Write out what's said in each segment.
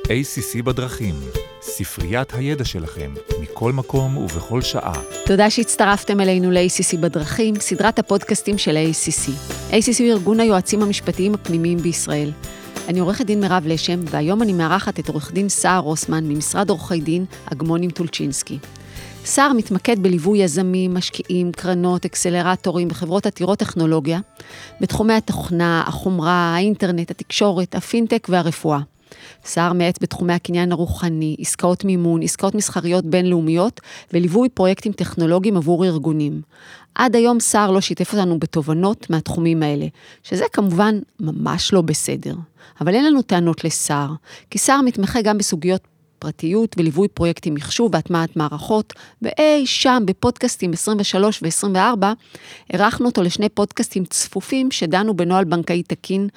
ACC בדרכים, ספריית הידע שלכם, מכל מקום ובכל שעה. תודה שהצטרפתם אלינו ל-ACC בדרכים, סדרת הפודקאסטים של ACC. ACC הוא ארגון היועצים המשפטיים הפנימיים בישראל. אני עורכת דין מירב לשם, והיום אני מארחת את עורך דין סער רוסמן ממשרד עורכי דין אגמונים טולצ'ינסקי. סער מתמקד בליווי יזמים, משקיעים, קרנות, אקסלרטורים וחברות עתירות טכנולוגיה, בתחומי התוכנה, החומרה, האינטרנט, התקשורת, הפינטק והרפואה. סער מייעץ בתחומי הקניין הרוחני, עסקאות מימון, עסקאות מסחריות בינלאומיות וליווי פרויקטים טכנולוגיים עבור ארגונים. עד היום סער לא שיתף אותנו בתובנות מהתחומים האלה, שזה כמובן ממש לא בסדר. אבל אין לנו טענות לסער, כי סער מתמחה גם בסוגיות פרטיות וליווי פרויקטים מחשוב והטמעת מערכות, ואי שם בפודקאסטים 23 ו-24, ערכנו אותו לשני פודקאסטים צפופים שדנו בנוהל בנקאי תקין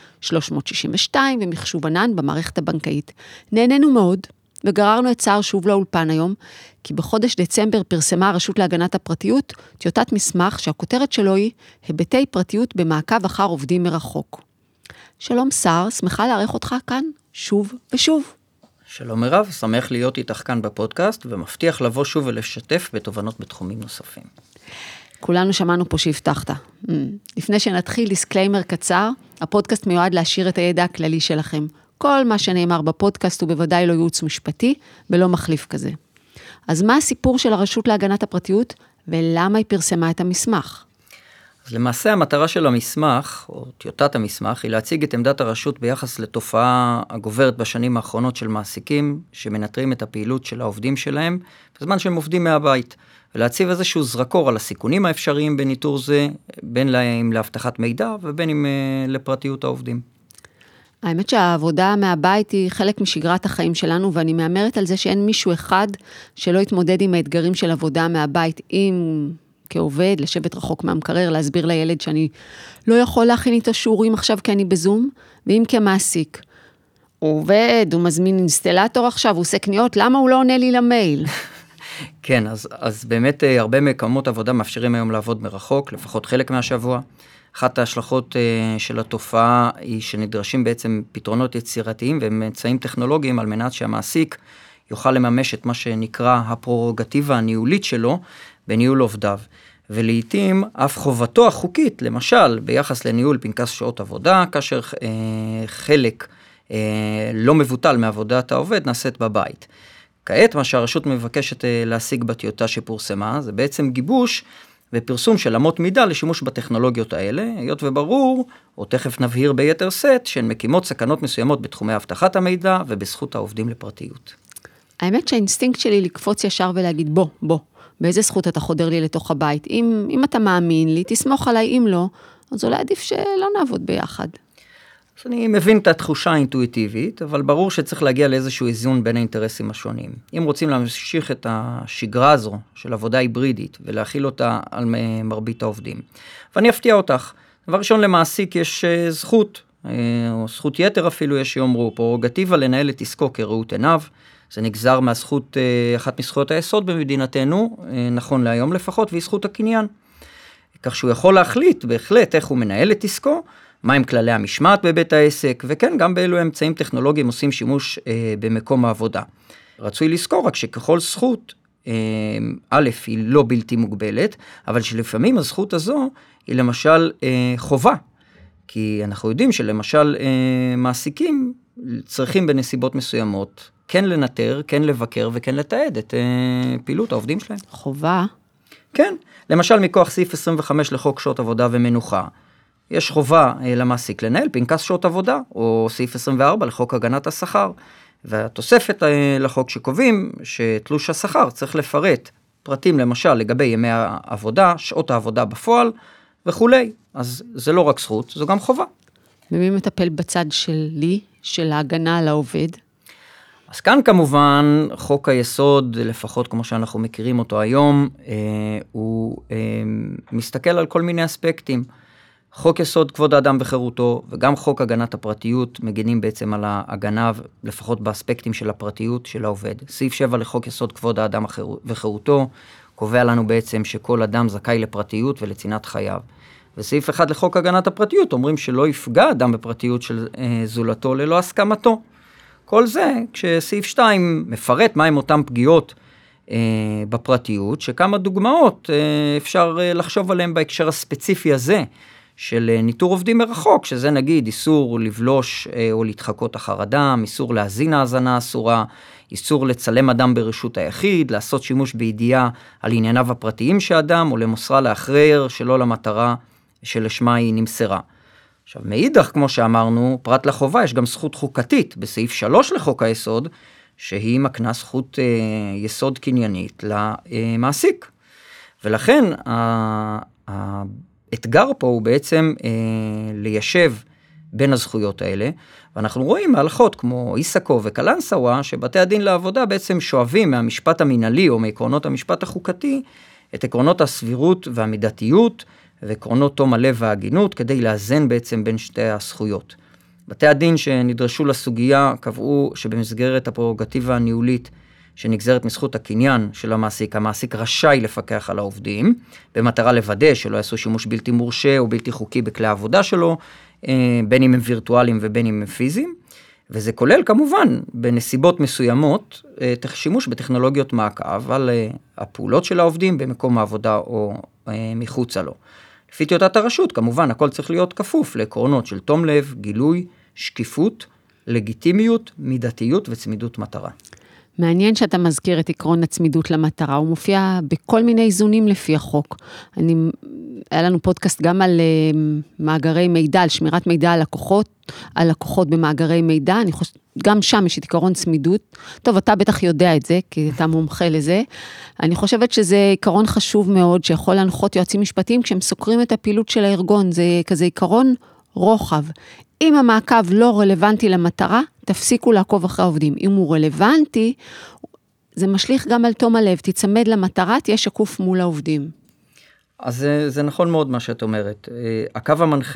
362 ומחשוב ענן במערכת הבנקאית. נהנינו מאוד וגררנו את סער שוב לאולפן היום, כי בחודש דצמבר פרסמה הרשות להגנת הפרטיות טיוטת מסמך שהכותרת שלו היא היבטי פרטיות במעקב אחר עובדים מרחוק. שלום סער, שמחה לארח אותך כאן שוב ושוב. שלום מירב, שמח להיות איתך כאן בפודקאסט, ומבטיח לבוא שוב ולשתף בתובנות בתחומים נוספים. כולנו שמענו פה שהבטחת. לפני שנתחיל, דיסקליימר קצר, הפודקאסט מיועד להשאיר את הידע הכללי שלכם. כל מה שנאמר בפודקאסט הוא בוודאי לא ייעוץ משפטי, ולא מחליף כזה. אז מה הסיפור של הרשות להגנת הפרטיות, ולמה היא פרסמה את המסמך? אז למעשה המטרה של המסמך, או טיוטת המסמך, היא להציג את עמדת הרשות ביחס לתופעה הגוברת בשנים האחרונות של מעסיקים, שמנטרים את הפעילות של העובדים שלהם, בזמן שהם עובדים מהבית, ולהציב איזשהו זרקור על הסיכונים האפשריים בניטור זה, בין להם להבטחת מידע, ובין אם לפרטיות העובדים. האמת שהעבודה מהבית היא חלק משגרת החיים שלנו, ואני מאמרת על זה שאין מישהו אחד שלא יתמודד עם האתגרים של עבודה מהבית, כעובד, לשבת רחוק מהמקרר, להסביר לילד שאני לא יכול להכין איתו שיעורים עכשיו כי אני בזום, ואם כמעסיק. הוא עובד, הוא מזמין אינסטלטור עכשיו, הוא עושה קניות, למה הוא לא עונה לי למייל? כן, אז באמת הרבה מקומות עבודה מאפשרים היום לעבוד מרחוק, לפחות חלק מהשבוע. אחת ההשלכות של התופעה היא שנדרשים בעצם פתרונות יצירתיים ואמצעים טכנולוגיים על מנת שהמעסיק יוכל לממש את מה שנקרא הפררוגטיבה הניהולית שלו בניהול עובדיו. ולעיתים אף חובתו החוקית, למשל ביחס לניהול פנקס שעות עבודה, כאשר חלק לא מבוטל מעבודת העובד נעשית בבית. כעת מה שהרשות מבקשת להשיג בטיוטה שפורסמה, זה בעצם גיבוש ופרסום של אמות מידה לשימוש בטכנולוגיות האלה, היות וברור, או תכף נבהיר ביתר סט, שהן מקימות סכנות מסוימות בתחומי הבטחת המידע ובזכות העובדים לפרטיות. האמת שהאינסטינקט שלי לקפוץ ישר ולהגיד בוא, באיזה זכות אתה חודר לי לתוך הבית? אם אתה מאמין לי, תסמוך עליי, אם לא, אז אולי עדיף שלא נעבוד ביחד. אז אני מבין את התחושה האינטואיטיבית, אבל ברור שצריך להגיע לאיזשהו איזון בין האינטרסים השונים. אם רוצים להמשיך את השגרה הזו של עבודה היברידית, ולהכיל אותה על מרבית העובדים. ואני אפתיע אותך. דבר ראשון, למעסיק יש זכות, או זכות יתר אפילו, יש שיאמרו, פררוגטיבה לנהל את עסקו כראות עיניו. זה נגזר מהזכות, אחת מזכויות היסוד במדינתנו, נכון להיום לפחות, והיא זכות הקניין. כך שהוא יכול להחליט בהחלט איך הוא מנהל את עסקו, מהם כללי המשמעת בבית העסק, וכן, גם באילו אמצעים טכנולוגיים עושים שימוש במקום העבודה. רצוי לזכור רק שככל זכות, א', היא לא בלתי מוגבלת, אבל שלפעמים הזכות הזו היא למשל חובה, כי אנחנו יודעים שלמשל מעסיקים צריכים בנסיבות מסוימות, כן לנטר, כן לבקר וכן לתעד את פעילות העובדים שלהם. חובה? כן, למשל מכוח סעיף 25 לחוק שעות עבודה ומנוחה, יש חובה למעסיק לנהל פנקס שעות עבודה, או סעיף 24 לחוק הגנת השכר, והתוספת לחוק שקובעים שתלוש השכר צריך לפרט פרטים למשל לגבי ימי העבודה, שעות העבודה בפועל וכו'. אז זה לא רק זכות, זו גם חובה. ומי מטפל בצד שלי, של ההגנה על העובד? אז כאן כמובן חוק היסוד, לפחות כמו שאנחנו מכירים אותו היום, הוא מסתכל על כל מיני אספקטים. חוק יסוד כבוד האדם וחירותו, וגם חוק הגנת הפרטיות, מגנים בעצם על ההגנה, לפחות באספקטים של הפרטיות של העובד. סעיף 7 לחוק יסוד כבוד האדם וחירותו, קובע לנו בעצם שכל אדם זכאי לפרטיות ולצנעת חייו. וסעיף 1 לחוק הגנת הפרטיות, אומרים שלא יפגע אדם בפרטיות של זולתו ללא הסכמתו. כל זה כשסעיף 2 מפרט מהם אותם פגיעות בפרטיות, שכמה דוגמאות אפשר לחשוב עליהם בהקשר הספציפי הזה, של ניטור עובדים מרחוק, שזה נגיד איסור לבלוש או להתחקות אחר אדם, איסור להזין האזנה אסורה, איסור לצלם אדם ברשות היחיד, לעשות שימוש בידיעה על ענייניו הפרטיים שאדם, או למוסרה לאחר שלא למטרה שלשמה היא נמסרה. עכשיו, מאידך, כמו שאמרנו, פרט לחובה, יש גם זכות חוקתית, בסעיף 3 לחוק היסוד, שהיא מקנה זכות יסוד קניינית למעסיק. ולכן, האתגר פה הוא בעצם ליישב בין הזכויות האלה, ואנחנו רואים מהלכות כמו איסקו וקלנסווה, שבתי הדין לעבודה בעצם שואבים מהמשפט המנהלי או מעקרונות המשפט החוקתי, את עקרונות הסבירות והמידתיות, ועקרונות תום הלב וההגינות, כדי לאזן בעצם בין שתי הזכויות. בתי הדין שנדרשו לסוגיה קבעו שבמסגרת הפררוגטיבה הניהולית שנגזרת מזכות הקניין של המעסיק, המעסיק רשאי לפקח על העובדים, במטרה לוודא שלא יעשו שימוש בלתי מורשה או בלתי חוקי בכלי העבודה שלו, בין אם הם וירטואליים ובין אם הם פיזיים, וזה כולל כמובן בנסיבות מסוימות, שימוש בטכנולוגיות מעקב על הפעולות של העובדים במקום העבודה או מחוצה לו. לפי טיוטת הרשות, כמובן, הכל צריך להיות כפוף לעקרונות של תום לב, גילוי, שקיפות, לגיטימיות, מידתיות וצמידות מטרה. מעניין שאתה מזכיר את עקרון הצמידות למטרה, הוא מופיע בכל מיני איזונים לפי החוק. היה לנו פודקאסט גם על מאגרי מידע, על שמירת מידע על לקוחות במאגרי מידע, גם שם יש את עקרון צמידות. טוב, אתה בטח יודע את זה, כי אתה מומחה לזה. אני חושבת שזה עקרון חשוב מאוד, שיכול להנחות יועצים משפטיים, כשהם סוקרים את הפעילות של הארגון, זה כזה עקרון רוחב. אם המעקב לא רלוונטי למטרה, תפסיקו לעקוב אחרי העובדים. אם הוא רלוונטי, זה משליך גם על תום הלב, תצמד למטרה, תהיה שקוף מול העובדים. אז זה נכון מאוד מה שאת אומרת. הקו המנחה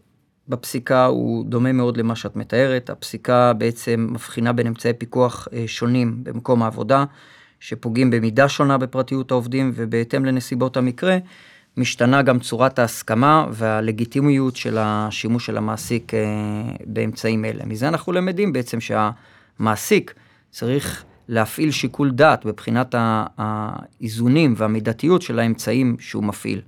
בפסיקה הוא דומה מאוד למה שאת מתארת. הפסיקה בעצם מבחינה בין אמצעי פיקוח שונים במקום העבודה, שפוגעים במידה שונה בפרטיות העובדים, ובהתאם לנסיבות המקרה, משתנה גם צורת ההסכמה והלגיטימיות של השימוש של המעסיק באמצעים אלה. מזה אנחנו למדים בעצם שהמעסיק צריך להפעיל שיקול דעת בבחינת האיזונים והמידתיות של האמצעים שהוא מפעיל.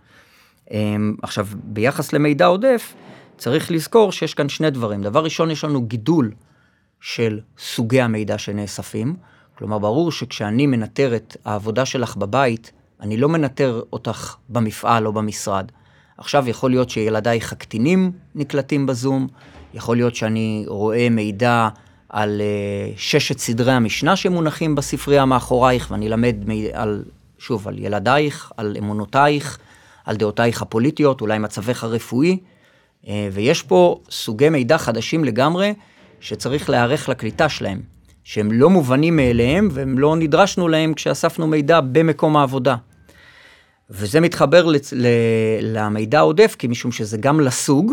עכשיו, ביחס למידע עודף, צריך לזכור שיש כאן שני דברים. דבר ראשון, יש לנו גידול של סוגי המידע שנאספים. כלומר, ברור שכשאני מנטר את העבודה שלך בבית, אני לא מנטר אותך במפעל או במשרד. עכשיו יכול להיות שילדייך הקטינים נקלטים בזום, יכול להיות שאני רואה מידע על 6 סדרי המשנה שמונחים בספרייה מאחורייך, ואני למד על ילדייך, על אמונותייך, על דעותייך הפוליטיות, אולי מצבך הרפואי, ויש פה סוגי מידע חדשים לגמרי, שצריך להיערך לקליטה שלהם, שהם לא מובנים מאליהם, והם לא נדרשנו להם כשאספנו מידע במקום העבודה. וזה מתחבר למידע העודף, כי משום שזה גם לסוג,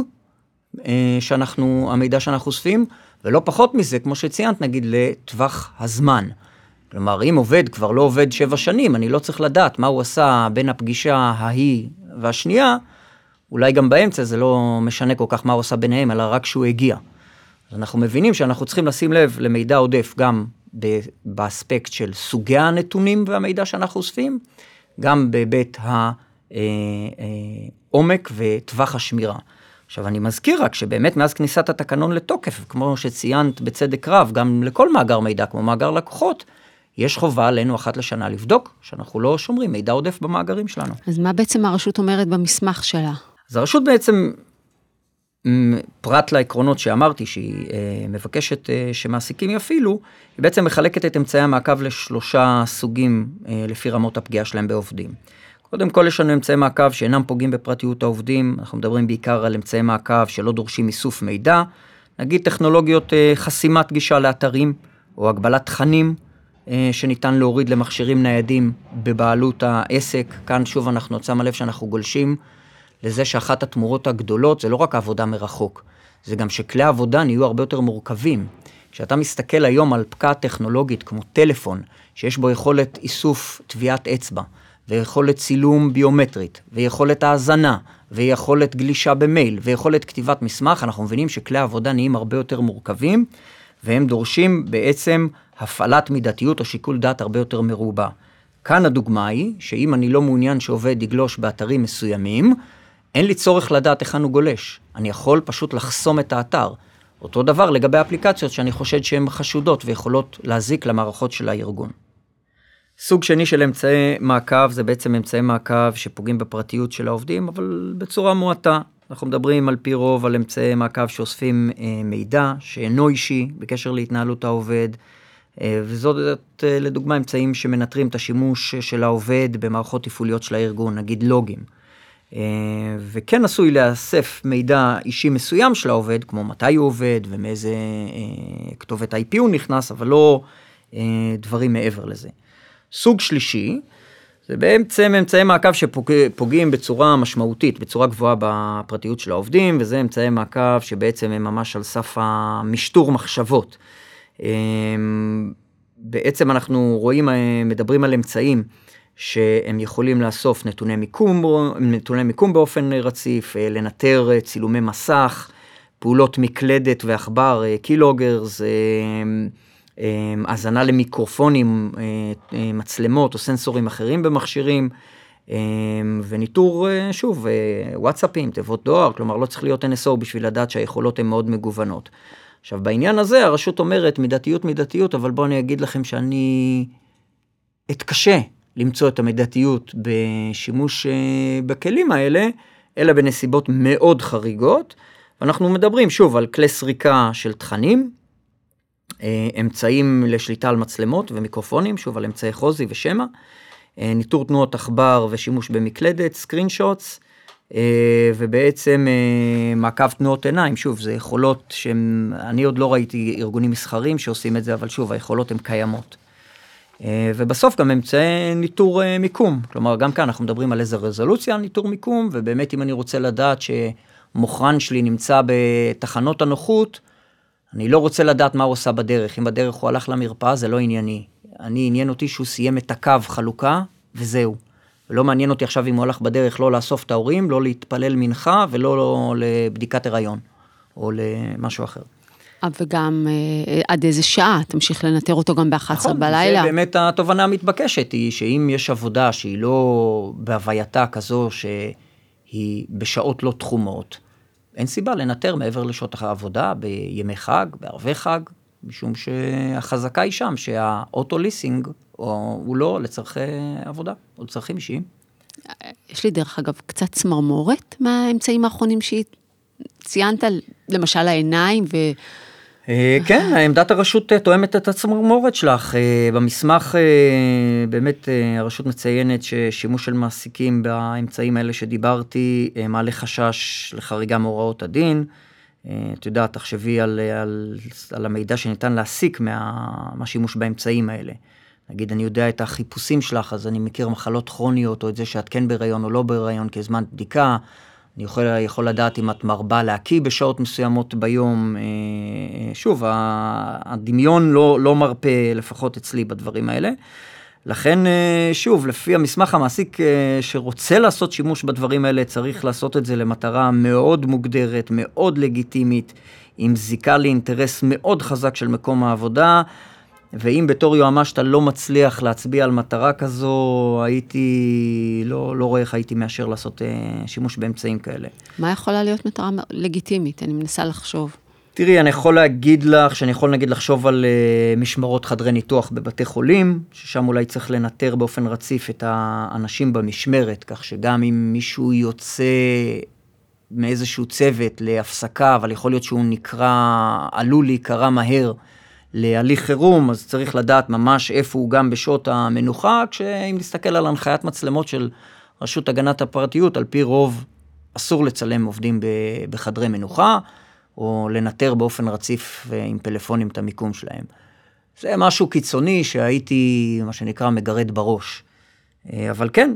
המידע שאנחנו אוספים, ולא פחות מזה, כמו שציינת, נגיד, לטווח הזמן. כלומר, אם עובד כבר לא עובד 7 שנים, אני לא צריך לדעת מה הוא עשה בין הפגישה ההיא והשנייה, אולי גם באמצע זה לא משנה כל כך מה הוא עשה ביניהם, אלא רק שהוא הגיע. אז אנחנו מבינים שאנחנו צריכים לשים לב למידע עודף גם באספקט של סוגי הנתונים והמידע שאנחנו אוספים, גם בהיבט העומק וטווח השמירה. עכשיו אני מזכיר רק שבאמת מאז כניסת התקנון לתוקף, כמו שציינת בצדק רב, גם לכל מאגר מידע כמו מאגר לקוחות, יש חובה עלינו אחת לשנה לבדוק שאנחנו לא שומרים מידע עודף במאגרים שלנו. אז מה בעצם הרשות אומרת במסמך שלה? אז הרשות בעצם, פרט לעקרונות שאמרתי שהיא מבקשת שמעסיקים יפעילו, היא בעצם מחלקת את אמצעי המעקב ל3 סוגים לפי רמות הפגיעה שלהם בעובדים. קודם כל יש לנו אמצעי מעקב שאינם פוגעים בפרטיות העובדים, אנחנו מדברים בעיקר על אמצעי מעקב שלא דורשים איסוף מידע, נגיד טכנולוגיות חסימת גישה לאתרים או הגבלת תכנים שניתן להוריד למכשירים ניידים בבעלות העסק. כאן שוב אנחנו נוצאים לב שאנחנו גולשים לזה שאחת התמורות הגדולות זה לא רק העבודה מרחוק, זה גם שכלי העבודה נהיו הרבה יותר מורכבים. כשאתה מסתכל היום על פקעה טכנולוגית כמו טלפון, שיש בו יכולת איסוף טביעת אצבע, ויכולת צילום ביומטרית, ויכולת האזנה, ויכולת גלישה במייל, ויכולת כתיבת מסמך, אנחנו מבינים שכלי העבודה נהיים הרבה יותר מורכבים, והם דורשים בעצם הפעלת מידתיות או שיקול דעת הרבה יותר מרובה. כאן הדוגמה היא, שאם אני לא מעוניין שעובד יגלוש באתרים מסוימים, אין לי צורך לדעת איך הוא גולש. אני יכול פשוט לחסום את האתר. אותו דבר לגבי האפליקציות שאני חושד שהן חשודות ויכולות להזיק למערכות של הארגון. סוג שני של אמצעי מעקב זה בעצם אמצעי מעקב שפוגעים בפרטיות של העובדים, אבל בצורה מועטה. אנחנו מדברים על פי רוב על אמצעי מעקב שאוספים מידע שאינו אישי בקשר להתנהלות העובד, וזאת לדוגמה אמצעים שמנטרים את השימוש של העובד במערכות תפעוליות של הארגון, נגיד לוגים. וכן עשוי לאסף מידע אישי מסוים של העובד, כמו מתי הוא עובד ומאיזה כתובת IP הוא נכנס, אבל לא דברים מעבר לזה. סוג שלישי, זה בעצם אמצעי מעקב שפוגעים בצורה משמעותית, בצורה גבוהה בפרטיות של העובדים, וזה אמצעי מעקב שבעצם הם ממש על סף המשטור מחשבות. בעצם אנחנו מדברים על אמצעים שהם יכולים לאסוף נתוני מיקום באופן רציף, לנטר צילומי מסך, פעולות מקלדת ואחבר, קילוגרס, הזנה למיקרופונים, מצלמות או סנסורים אחרים במכשירים, וניטור, שוב, וואטסאפים, תיבות דואר, כלומר לא צריך להיות NSO בשביל לדעת שהיכולות הן מאוד מגוונות. עכשיו בעניין הזה הרשות אומרת מידתיות, אבל בואו אני אגיד לכם שאני אתקשה למצוא את המידתיות בשימוש בכלים האלה, אלא בנסיבות מאוד חריגות, ואנחנו מדברים שוב על כלי סריקה של תכנים, אמצעים לשליטה על מצלמות ומיקרופונים, שוב על אמצעי חוזי ושמע, ניטור תנועות עכבר ושימוש במקלדת, סקרינשוטס, ובעצם מעקב תנועות עיניים, שוב, זה יכולות שאני עוד לא ראיתי ארגונים מסחרים שעושים את זה, אבל שוב, היכולות הן קיימות. ובסוף גם אמצעי ניטור מיקום, כלומר גם כאן אנחנו מדברים על איזה רזולוציה, ניטור מיקום, ובאמת אם אני רוצה לדעת שמוכרן שלי נמצא בתחנות הנוחות, אני לא רוצה לדעת מה הוא עושה בדרך, אם בדרך הוא הלך למרפאה זה לא ענייני, עניין אותי שהוא סיים את הקו חלוקה וזהו, ולא מעניין אותי עכשיו אם הוא הלך בדרך לא לאסוף את ההורים, לא להתפלל מנחה ולא לבדיקת הריון או למשהו אחר. וגם עד איזה שעה, תמשיך לנטר אותו גם ב-11 בלילה. זה באמת התובנה המתבקשת היא שאם יש עבודה שהיא לא בהווייתה כזו שהיא בשעות לא תחומות, אין סיבה לנטר מעבר לשעות העבודה בימי חג, בערבי חג, משום שהחזקה היא שם, שהאוטו-ליסינג הוא לא לצרכי עבודה, או לצרכים אישיים. יש לי דרך אגב קצת צמרמורת מהאמצעים האחרונים שציינת, למשל העיניים כן, עמדת הרשות תואמת את הצמרמורת שלך. במסמך באמת הרשות מציינת ששימוש של מעסיקים באמצעים האלה שדיברתי, מעלה חשש לחריגה מהוראות הדין. את יודעת, תחשבי על המידע שניתן להסיק מהשימוש באמצעים האלה. נגיד, אני יודע את החיפושים שלך, אז אני מכיר מחלות כרוניות, או את זה שאת כן בהיריון או לא בהיריון כזמן בדיקה. אני יכול לדעת אם את מרבה להקיא בשעות מסוימות ביום. שוב, הדמיון לא מרפה, לפחות אצלי בדברים האלה. לכן, שוב, לפי המסמך המעסיק שרוצה לעשות שימוש בדברים האלה, צריך לעשות את זה למטרה מאוד מוגדרת, מאוד לגיטימית, עם זיקה לאינטרס מאוד חזק של מקום העבודה, ואם בתור יועמ"ש אתה לא מצליח להצביע על מטרה כזו, לא רואה איך הייתי מאשר לעשות שימוש באמצעים כאלה. מה יכולה להיות מטרה לגיטימית? אני מנסה לחשוב. תראי, אני יכול להגיד לך, שאני יכול נגיד לחשוב על משמרות חדרי ניתוח בבתי חולים, ששם אולי צריך לנטר באופן רציף את האנשים במשמרת, כך שגם אם מישהו יוצא מאיזשהו צוות להפסקה, אבל יכול להיות שהוא עלול להיקרא מהר, להליך חירום, אז צריך לדעת ממש איפה הוא גם בשעות המנוחה, כשאם נסתכל על הנחיית מצלמות של רשות הגנת הפרטיות, על פי רוב אסור לצלם עובדים בחדרי מנוחה, או לנטר באופן רציף עם פלאפונים את המיקום שלהם. זה משהו קיצוני שהייתי, מה שנקרא, מגרד בראש. אבל כן,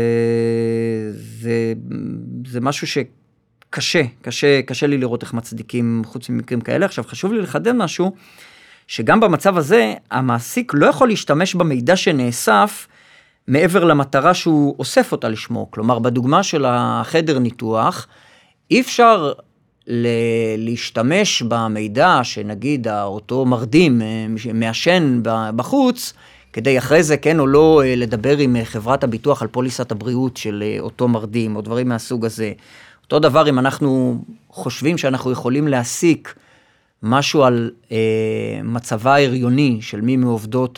זה משהו קשה לי לראות איך מצדיקים חוץ ממקרים כאלה. עכשיו, חשוב לי לחדד משהו, שגם במצב הזה, המעסיק לא יכול להשתמש במידע שנאסף, מעבר למטרה שהוא אוסף אותה לשמו. כלומר, בדוגמה של החדר ניתוח, אי אפשר להשתמש במידע שנגיד אותו מרדים מעשן בחוץ, כדי אחרי זה כן או לא לדבר עם חברת הביטוח על פוליסת הבריאות של אותו מרדים, או דברים מהסוג הזה. אותו דבר אם אנחנו חושבים שאנחנו יכולים להסיק משהו על מצבה ההריוני של מי מעובדות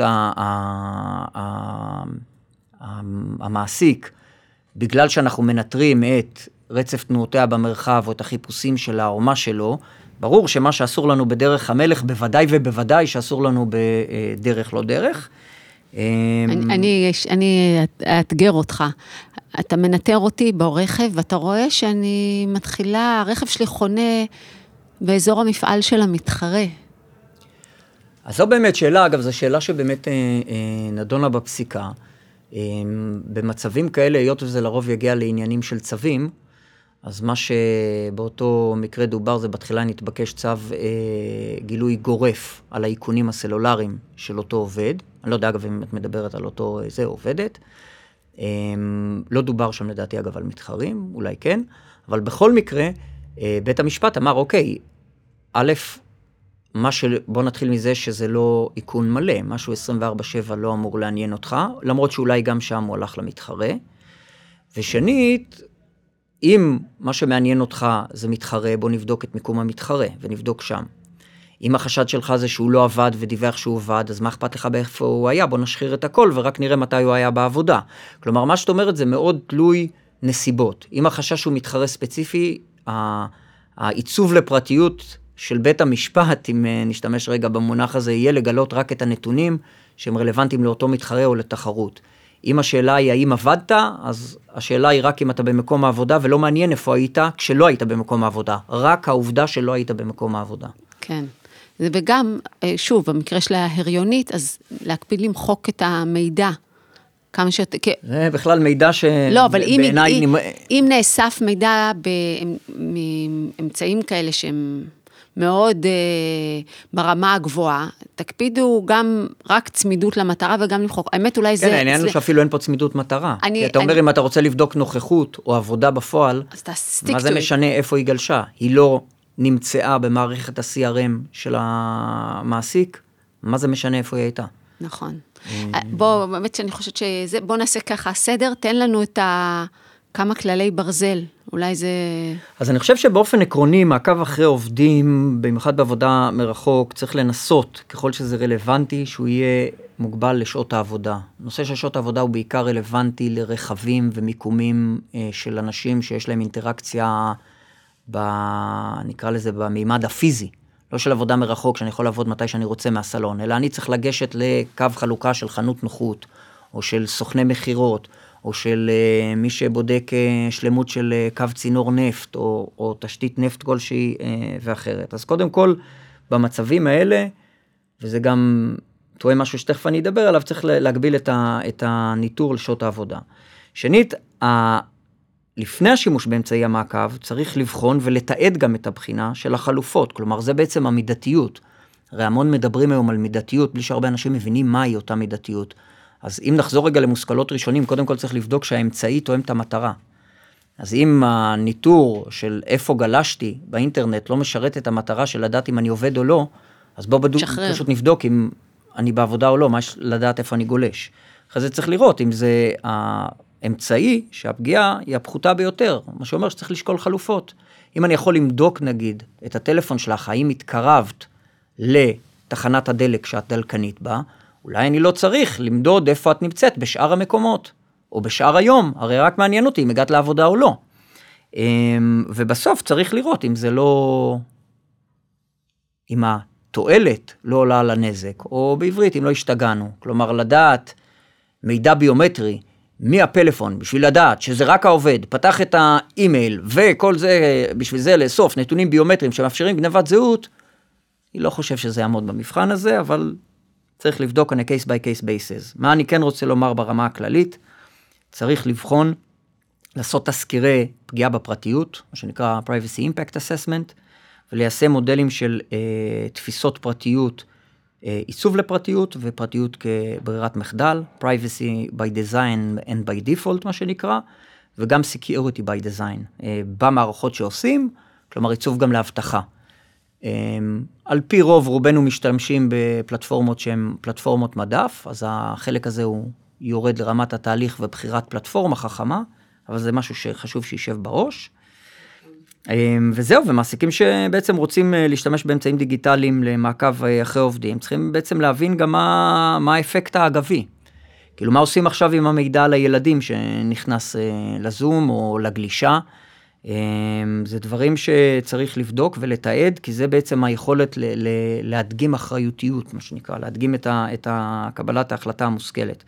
המעסיק, בגלל שאנחנו מנטרים את רצף תנועותיה במרחב, או את החיפושים שלה, או מה שלא, ברור שמה שאסור לנו בדרך המלך, בוודאי ובוודאי שאסור לנו בדרך לא דרך. אני אאתגר אותך. אתה מנטר אותי ברכב, ואתה רואה שאני מתחילה, הרכב שלי חונה באזור המפעל של המתחרה. אז זו באמת שאלה, אגב, זו שאלה שבאמת נדונה בפסיקה. במצבים כאלה, היות וזה לרוב יגיע לעניינים של צווים, אז מה שבאותו מקרה דובר זה בתחילה נתבקש צו גילוי גורף על האיכונים הסלולריים של אותו עובד. אני לא יודע אגב אם את מדברת על אותו זה עובדת. לא דובר שם לדעתי אגב על מתחרים, אולי כן, אבל בכל מקרה בית המשפט אמר אוקיי, א', בוא נתחיל מזה שזה לא איכון מלא, משהו 24/7 לא אמור לעניין אותך, למרות שאולי גם שם הוא הלך למתחרה. ושנית, אם מה שמעניין אותך זה מתחרה, בוא נבדוק את מיקום המתחרה ונבדוק שם. אם החשד שלך זה שהוא לא עבד ודיווח שהוא עבד, אז מה אכפת לך באיפה הוא היה? בוא נשחיר את הכל ורק נראה מתי הוא היה בעבודה. כלומר, מה שאת אומרת זה מאוד תלוי נסיבות. אם החשש הוא מתחרה ספציפי, העיצוב לפרטיות של בית המשפט, אם נשתמש רגע במונח הזה, יהיה לגלות רק את הנתונים שהם רלוונטיים לאותו מתחרה או לתחרות. אם השאלה היא האם עבדת, אז השאלה היא רק אם אתה במקום העבודה, ולא מעניין איפה היית כשלא היית במקום העבודה. רק העובדה שלא היית במקום העבודה. כן. וגם, שוב, במקרה של ההריונית, אז להקפיד למחוק את המידע. כמה שאת... זה בכלל מידע ש... לא, אבל אם נאסף מידע באמצעים כאלה שהם מאוד ברמה הגבוהה, תקפידו גם רק צמידות למטרה וגם למחוק. האמת אולי זה... כן, העניין הוא שאפילו אין פה צמידות מטרה. כי אתה אומר, אם אתה רוצה לבדוק נוכחות או עבודה בפועל, מה זה משנה איפה היא גלשה? היא לא נמצאה במערכת ה-CRM של המעסיק, מה זה משנה איפה היא הייתה? נכון. בוא, באמת שאני חושבת שזה, בוא נעשה ככה סדר, תן לנו את כמה כללי ברזל, אולי זה... אז אני חושב שבאופן עקרוני, מעקב אחרי עובדים, במיוחד בעבודה מרחוק, צריך לנסות, ככל שזה רלוונטי, שהוא יהיה מוגבל לשעות העבודה. נושא של שעות העבודה הוא בעיקר רלוונטי לרכבים ומיקומים של אנשים שיש להם אינטראקציה, נקרא לזה, במימד הפיזי. לא של עבודה מרחוק, שאני יכול לעבוד מתי שאני רוצה מהסלון, אלא אני צריך לגשת לקו חלוקה של חנות נוחות, או של סוכני מחירות, או של מי שבודק שלמות של קו צינור נפט, או תשתית נפט כלשהי ואחרת. אז קודם כל, במצבים האלה, וזה גם תואם משהו שתכף אני אדבר עליו, צריך להגביל את הניטור לשעות העבודה. שנית, לפני השימוש באמצעי המעקב, צריך לבחון ולתעד גם את הבחינה של החלופות. כלומר, זה בעצם המידתיות. הרי המון מדברים היום על מידתיות, בלי שהרבה אנשים מבינים מהי אותה מידתיות. אז אם נחזור רגע למושכלות ראשונים, קודם כל צריך לבדוק שהאמצעי תואם את המטרה. אז אם הניטור של איפה גלשתי באינטרנט לא משרת את המטרה של לדעת אם אני עובד או לא, אז בוא פשוט נבדוק אם אני בעבודה או לא, מה יש לדעת איפה אני גולש. אחרי זה צריך לראות אם זה האמצעי שהפגיעה היא הפחותה ביותר, מה שאומר שצריך לשקול חלופות. אם אני יכול למדוק נגיד את הטלפון שלך, האם התקרבת לתחנת הדלק שאת דלקנית בה, אולי אני לא צריך למדוד איפה את נמצאת בשאר המקומות, או בשאר היום, הרי רק מעניין אותי אם הגעת לעבודה או לא. ובסוף צריך לראות אם זה לא, אם התועלת לא עולה על הנזק, או בעברית אם לא השתגענו, כלומר לדעת מידע ביומטרי, מהפלאפון, בשביל לדעת שזה רק העובד, פתח את האימייל, וכל זה, בשביל זה לאסוף נתונים ביומטריים שמאפשרים גנבת זהות, אני לא חושב שזה יעמוד במבחן הזה, אבל צריך לבדוק on a case by case basis. מה אני כן רוצה לומר ברמה הכללית? צריך לבחון, לעשות תסקירי פגיעה בפרטיות, מה שנקרא privacy impact assessment, וליישם מודלים של תפיסות פרטיות, עיצוב לפרטיות ופרטיות כברירת מחדל, privacy by design and by default מה שנקרא, וגם security by design, במערכות שעושים, כלומר עיצוב גם להבטחה. על פי רוב רובנו משתמשים בפלטפורמות שהן פלטפורמות מדף, אז החלק הזה הוא יורד לרמת התהליך ובחירת פלטפורמה חכמה, אבל זה משהו שחשוב שישב בראש. וזהו, ומעסיקים שבעצם רוצים להשתמש באמצעים דיגיטליים למעקב אחרי עובדים, צריכים בעצם להבין גם מה האפקט האגבי. כאילו מה עושים עכשיו עם המידע על הילדים שנכנס לזום או לגלישה, זה דברים שצריך לבדוק ולתעד, כי זה בעצם היכולת להדגים אחריותיות, מה שנקרא, להדגים את קבלת ההחלטה המושכלת.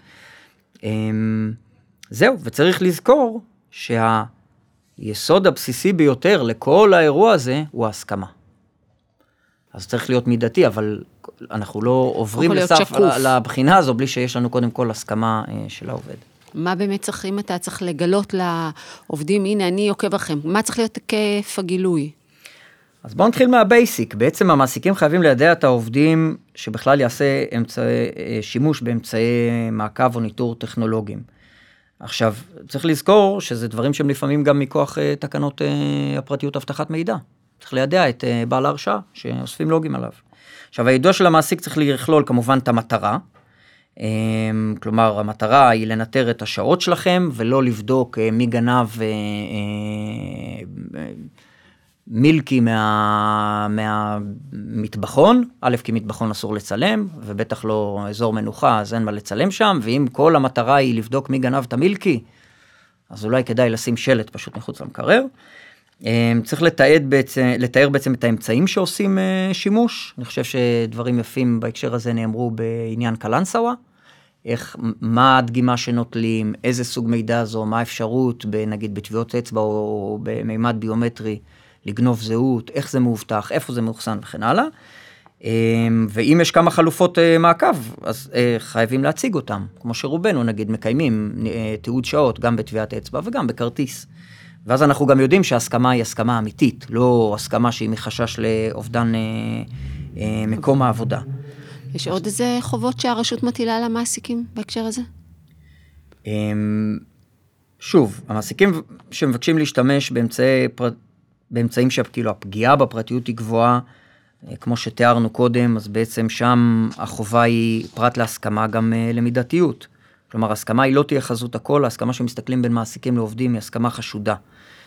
זהו, וצריך לזכור שהיסוד הבסיסי ביותר לכל האירוע הזה הוא ההסכמה. אז צריך להיות מידתי, אבל אנחנו לא עוברים לסף לבחינה הזו, בלי שיש לנו קודם כל הסכמה של העובד. מה באמת צריך, אם אתה צריך לגלות לעובדים, הנה אני עוקב לכם, מה צריך להיות היקף הגילוי? אז בואו נתחיל מהבייסיק. בעצם המעסיקים חייבים לידע את העובדים שבכלל יעשה שימוש באמצעי מעקב או ניטור טכנולוגיים. עכשיו, צריך לזכור שזה דברים שהם לפעמים גם מכוח תקנות הפרטיות הבטחת מידע. צריך לידע את בעל ההרשאה שאוספים לוגים עליו. עכשיו, הידוע של המעסיק צריך לכלול כמובן את המטרה, כלומר, המטרה היא לנטר את השעות שלכם, ולא לבדוק מי גנב מילקי מהמטבחון, א' כי מטבחון אסור לצלם, ובטח לא אזור מנוחה, אז אין מה לצלם שם, ואם כל המטרה היא לבדוק מי גנב את המילקי, אז אולי כדאי לשים שלט פשוט מחוץ למקרר. צריך לתאר בעצם את האמצעים שעושים שימוש. אני חושב שדברים יפים בהקשר הזה נאמרו בעניין קלנסווה, מה הדגימה שנוטלים, איזה סוג מידע זו, מה האפשרות, נגיד בטביעות אצבע או במימד ביומטרי, לגנוב זהות, איך זה מאובטח, איפה זה מאוחסן וכן הלאה. ואם יש כמה חלופות מעקב, אז חייבים להציג אותם, כמו שרובנו נגיד מקיימים תיעוד שעות, גם בטביעת אצבע וגם בכרטיס. ואז אנחנו גם יודעים שההסכמה היא הסכמה אמיתית, לא הסכמה שהיא מחשש לאובדן מקום העבודה. יש עוד איזה חובות שהרשות מטילה למעסיקים בהקשר הזה? שוב, המעסיקים שמבקשים להשתמש באמצעים שכאילו הפגיעה בפרטיות היא גבוהה, כמו שתיארנו קודם, אז בעצם שם החובה היא פרט להסכמה גם למידתיות. כלומר, ההסכמה היא לא תהיה חזות הכל, ההסכמה שמסתכלים בין מעסיקים לעובדים היא הסכמה חשודה.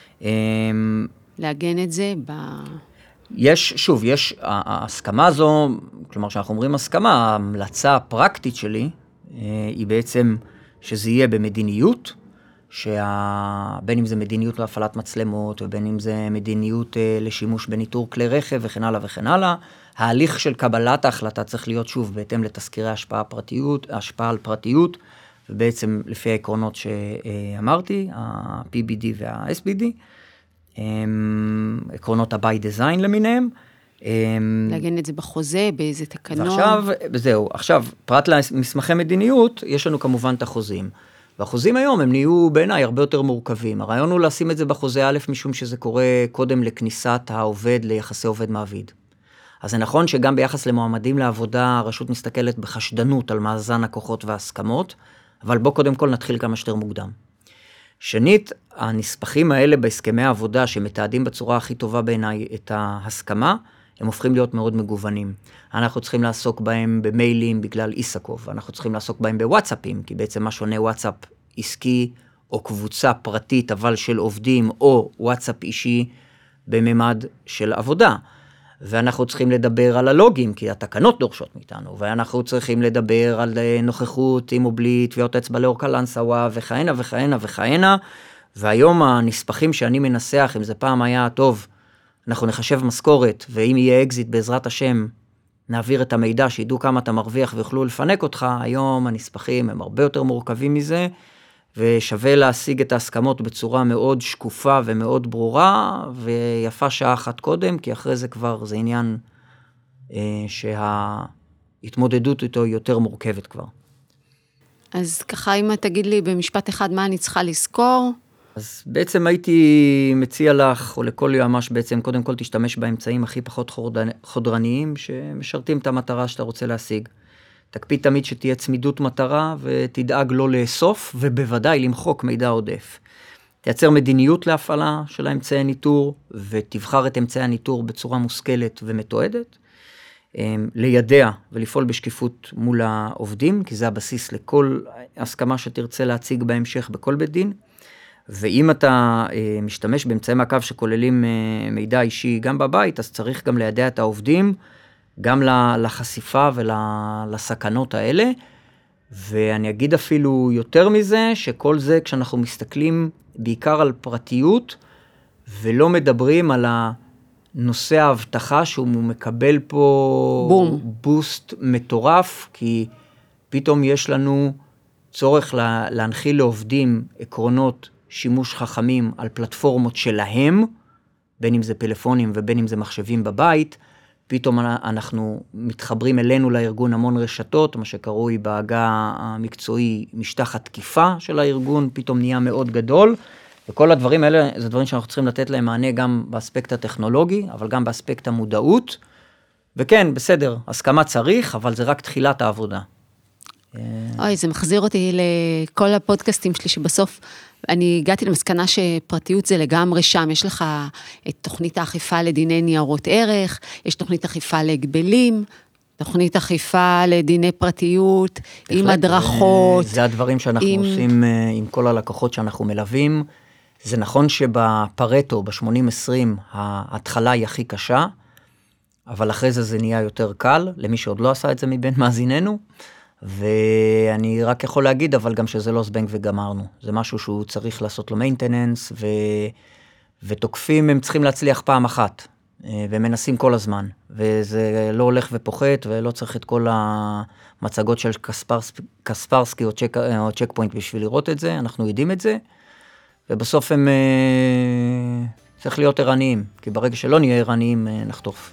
לעגן את זה יש ההסכמה הזו, כלומר, שאנחנו אומרים הסכמה, ההמלצה הפרקטית שלי, היא בעצם שזה יהיה במדיניות, בין אם זה מדיניות להפעלת מצלמות, ובין אם זה מדיניות לשימוש בניטור כלי רכב, וכן הלאה וכן הלאה. ההליך של קבלת ההחלטה צריך להיות שוב, בהתאם לתזכירי השפעה על פרטיות, ובעצם לפי העקרונות שאמרתי, ה-PBD וה-SBD, עקרונות ה-by design למיניהם. להגן את זה בחוזה, באיזה תקנון. עכשיו, פרט למסמכי מדיניות, יש לנו כמובן את החוזים. והחוזים היום הם נהיו בעיניי הרבה יותר מורכבים. הרעיון הוא לשים את זה בחוזה א', משום שזה קורה קודם לכניסת העובד ליחסי עובד מעביד. אז זה נכון שגם ביחס למועמדים לעבודה, הרשות מסתכלת בחשדנות על מאזן הכוחות וההסכמות, אבל בוא קודם כל נתחיל כמה שיותר מוקדם. שנית, הנספחים האלה בהסכמי העבודה שמתעדים בצורה הכי טובה בעיניי את ההסכמה, הם הופכים להיות מאוד מגוונים. אנחנו צריכים לעסוק בהם במיילים בגלל איסקוב, אנחנו צריכים לעסוק בהם בוואטסאפים, כי בעצם מה שונה וואטסאפ עסקי או קבוצה פרטית אבל של עובדים, או וואטסאפ אישי בממד של עבודה. ואנחנו צריכים לדבר על הלוגים, כי התקנות דורשות מאיתנו, ואנחנו צריכים לדבר על נוכחות עם או בלי טביעות אצבע לאור קלנסווה, וכהנה וכהנה וכהנה, והיום הנספחים שאני מנסח, אם זה פעם היה טוב, אנחנו נחשב משכורת, ואם יהיה אקזיט בעזרת השם, נעביר את המידע, שידעו כמה אתה מרוויח ויוכלו לפנק אותך, היום הנספחים הם הרבה יותר מורכבים מזה, ושווה להשיג את ההסכמות בצורה מאוד שקופה ומאוד ברורה, ויפה שעה אחת קודם, כי אחרי זה כבר זה עניין שההתמודדות איתו יותר מורכבת כבר. אז ככה, אם תגיד לי במשפט אחד מה אני צריכה לזכור? אז בעצם הייתי מציע לך, או לכל יועמ"ש בעצם, קודם כל תשתמש באמצעים הכי פחות חודרניים, שמשרתים את המטרה שאתה רוצה להשיג. תקפיד תמיד שתהיה צמידות מטרה, ותדאג לא לאסוף, ובוודאי למחוק מידע עודף. תייצר מדיניות להפעלה של האמצעי ניטור, ותבחר את אמצעי הניטור בצורה מושכלת ומתועדת, לידע ולפעול בשקיפות מול העובדים, כי זה הבסיס לכל הסכמה שתרצה להציג בהמשך בכל בית דין, ואם אתה משתמש באמצעי מעקב שכוללים מידע אישי גם בבית, אז צריך גם לידע את העובדים, גם לחשיפה ולסכנות האלה, ואני אגיד אפילו יותר מזה, שכל זה כשאנחנו מסתכלים בעיקר על פרטיות, ולא מדברים על נושא ההבטחה שהוא מקבל פה בוסט מטורף, כי פתאום יש לנו צורך להנחיל לעובדים עקרונות שימוש חכמים על פלטפורמות שלהם, בין אם זה פלאפונים ובין אם זה מחשבים בבית, פתאום אנחנו מתחברים אלינו לארגון המון רשתות, מה שקרוי בעגה המקצועי משטח התקיפה של הארגון, פתאום נהיה מאוד גדול, וכל הדברים האלה זה דברים שאנחנו צריכים לתת להם מענה גם באספקט הטכנולוגי, אבל גם באספקט המודעות, וכן, בסדר, הסכמה צריך, אבל זה רק תחילת העבודה. אוי, זה מחזיר אותי לכל הפודקאסטים שלי, שבסוף אני הגעתי למסקנה שפרטיות זה לגמרי שם, יש לך את תוכנית האכיפה לדיני ניירות ערך, יש תוכנית אכיפה להגבלים, תוכנית אכיפה לדיני פרטיות, עם הדרכות. זה הדברים שאנחנו עושים עם כל הלקוחות שאנחנו מלווים. זה נכון שבפרטו, ב-80-20, ההתחלה היא הכי קשה, אבל אחרי זה נהיה יותר קל, למי שעוד לא עשה את זה מבין מאזיננו, ואני רק יכול להגיד, אבל גם שזה לא זבנג וגמרנו. זה משהו שהוא צריך לעשות לו מיינטננס, ותוקפים הם צריכים להצליח פעם אחת, ומנסים כל הזמן, וזה לא הולך ופוחת, ולא צריך את כל המצגות של קספרסקי או צ'ק פוינט בשביל לראות את זה, אנחנו יודעים את זה, ובסוף הם צריך להיות ערניים, כי ברגע שלא נהיה ערניים נחטוף.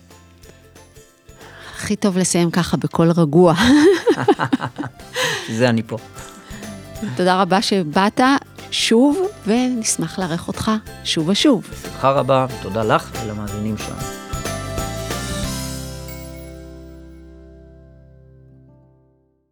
הכי טוב לסיים ככה בכל רגוע. זה אני פה. תודה רבה שבאת שוב, ונשמח לארח אותך שוב ושוב. בשמחה רבה, ותודה לך ולמאזינים שלנו.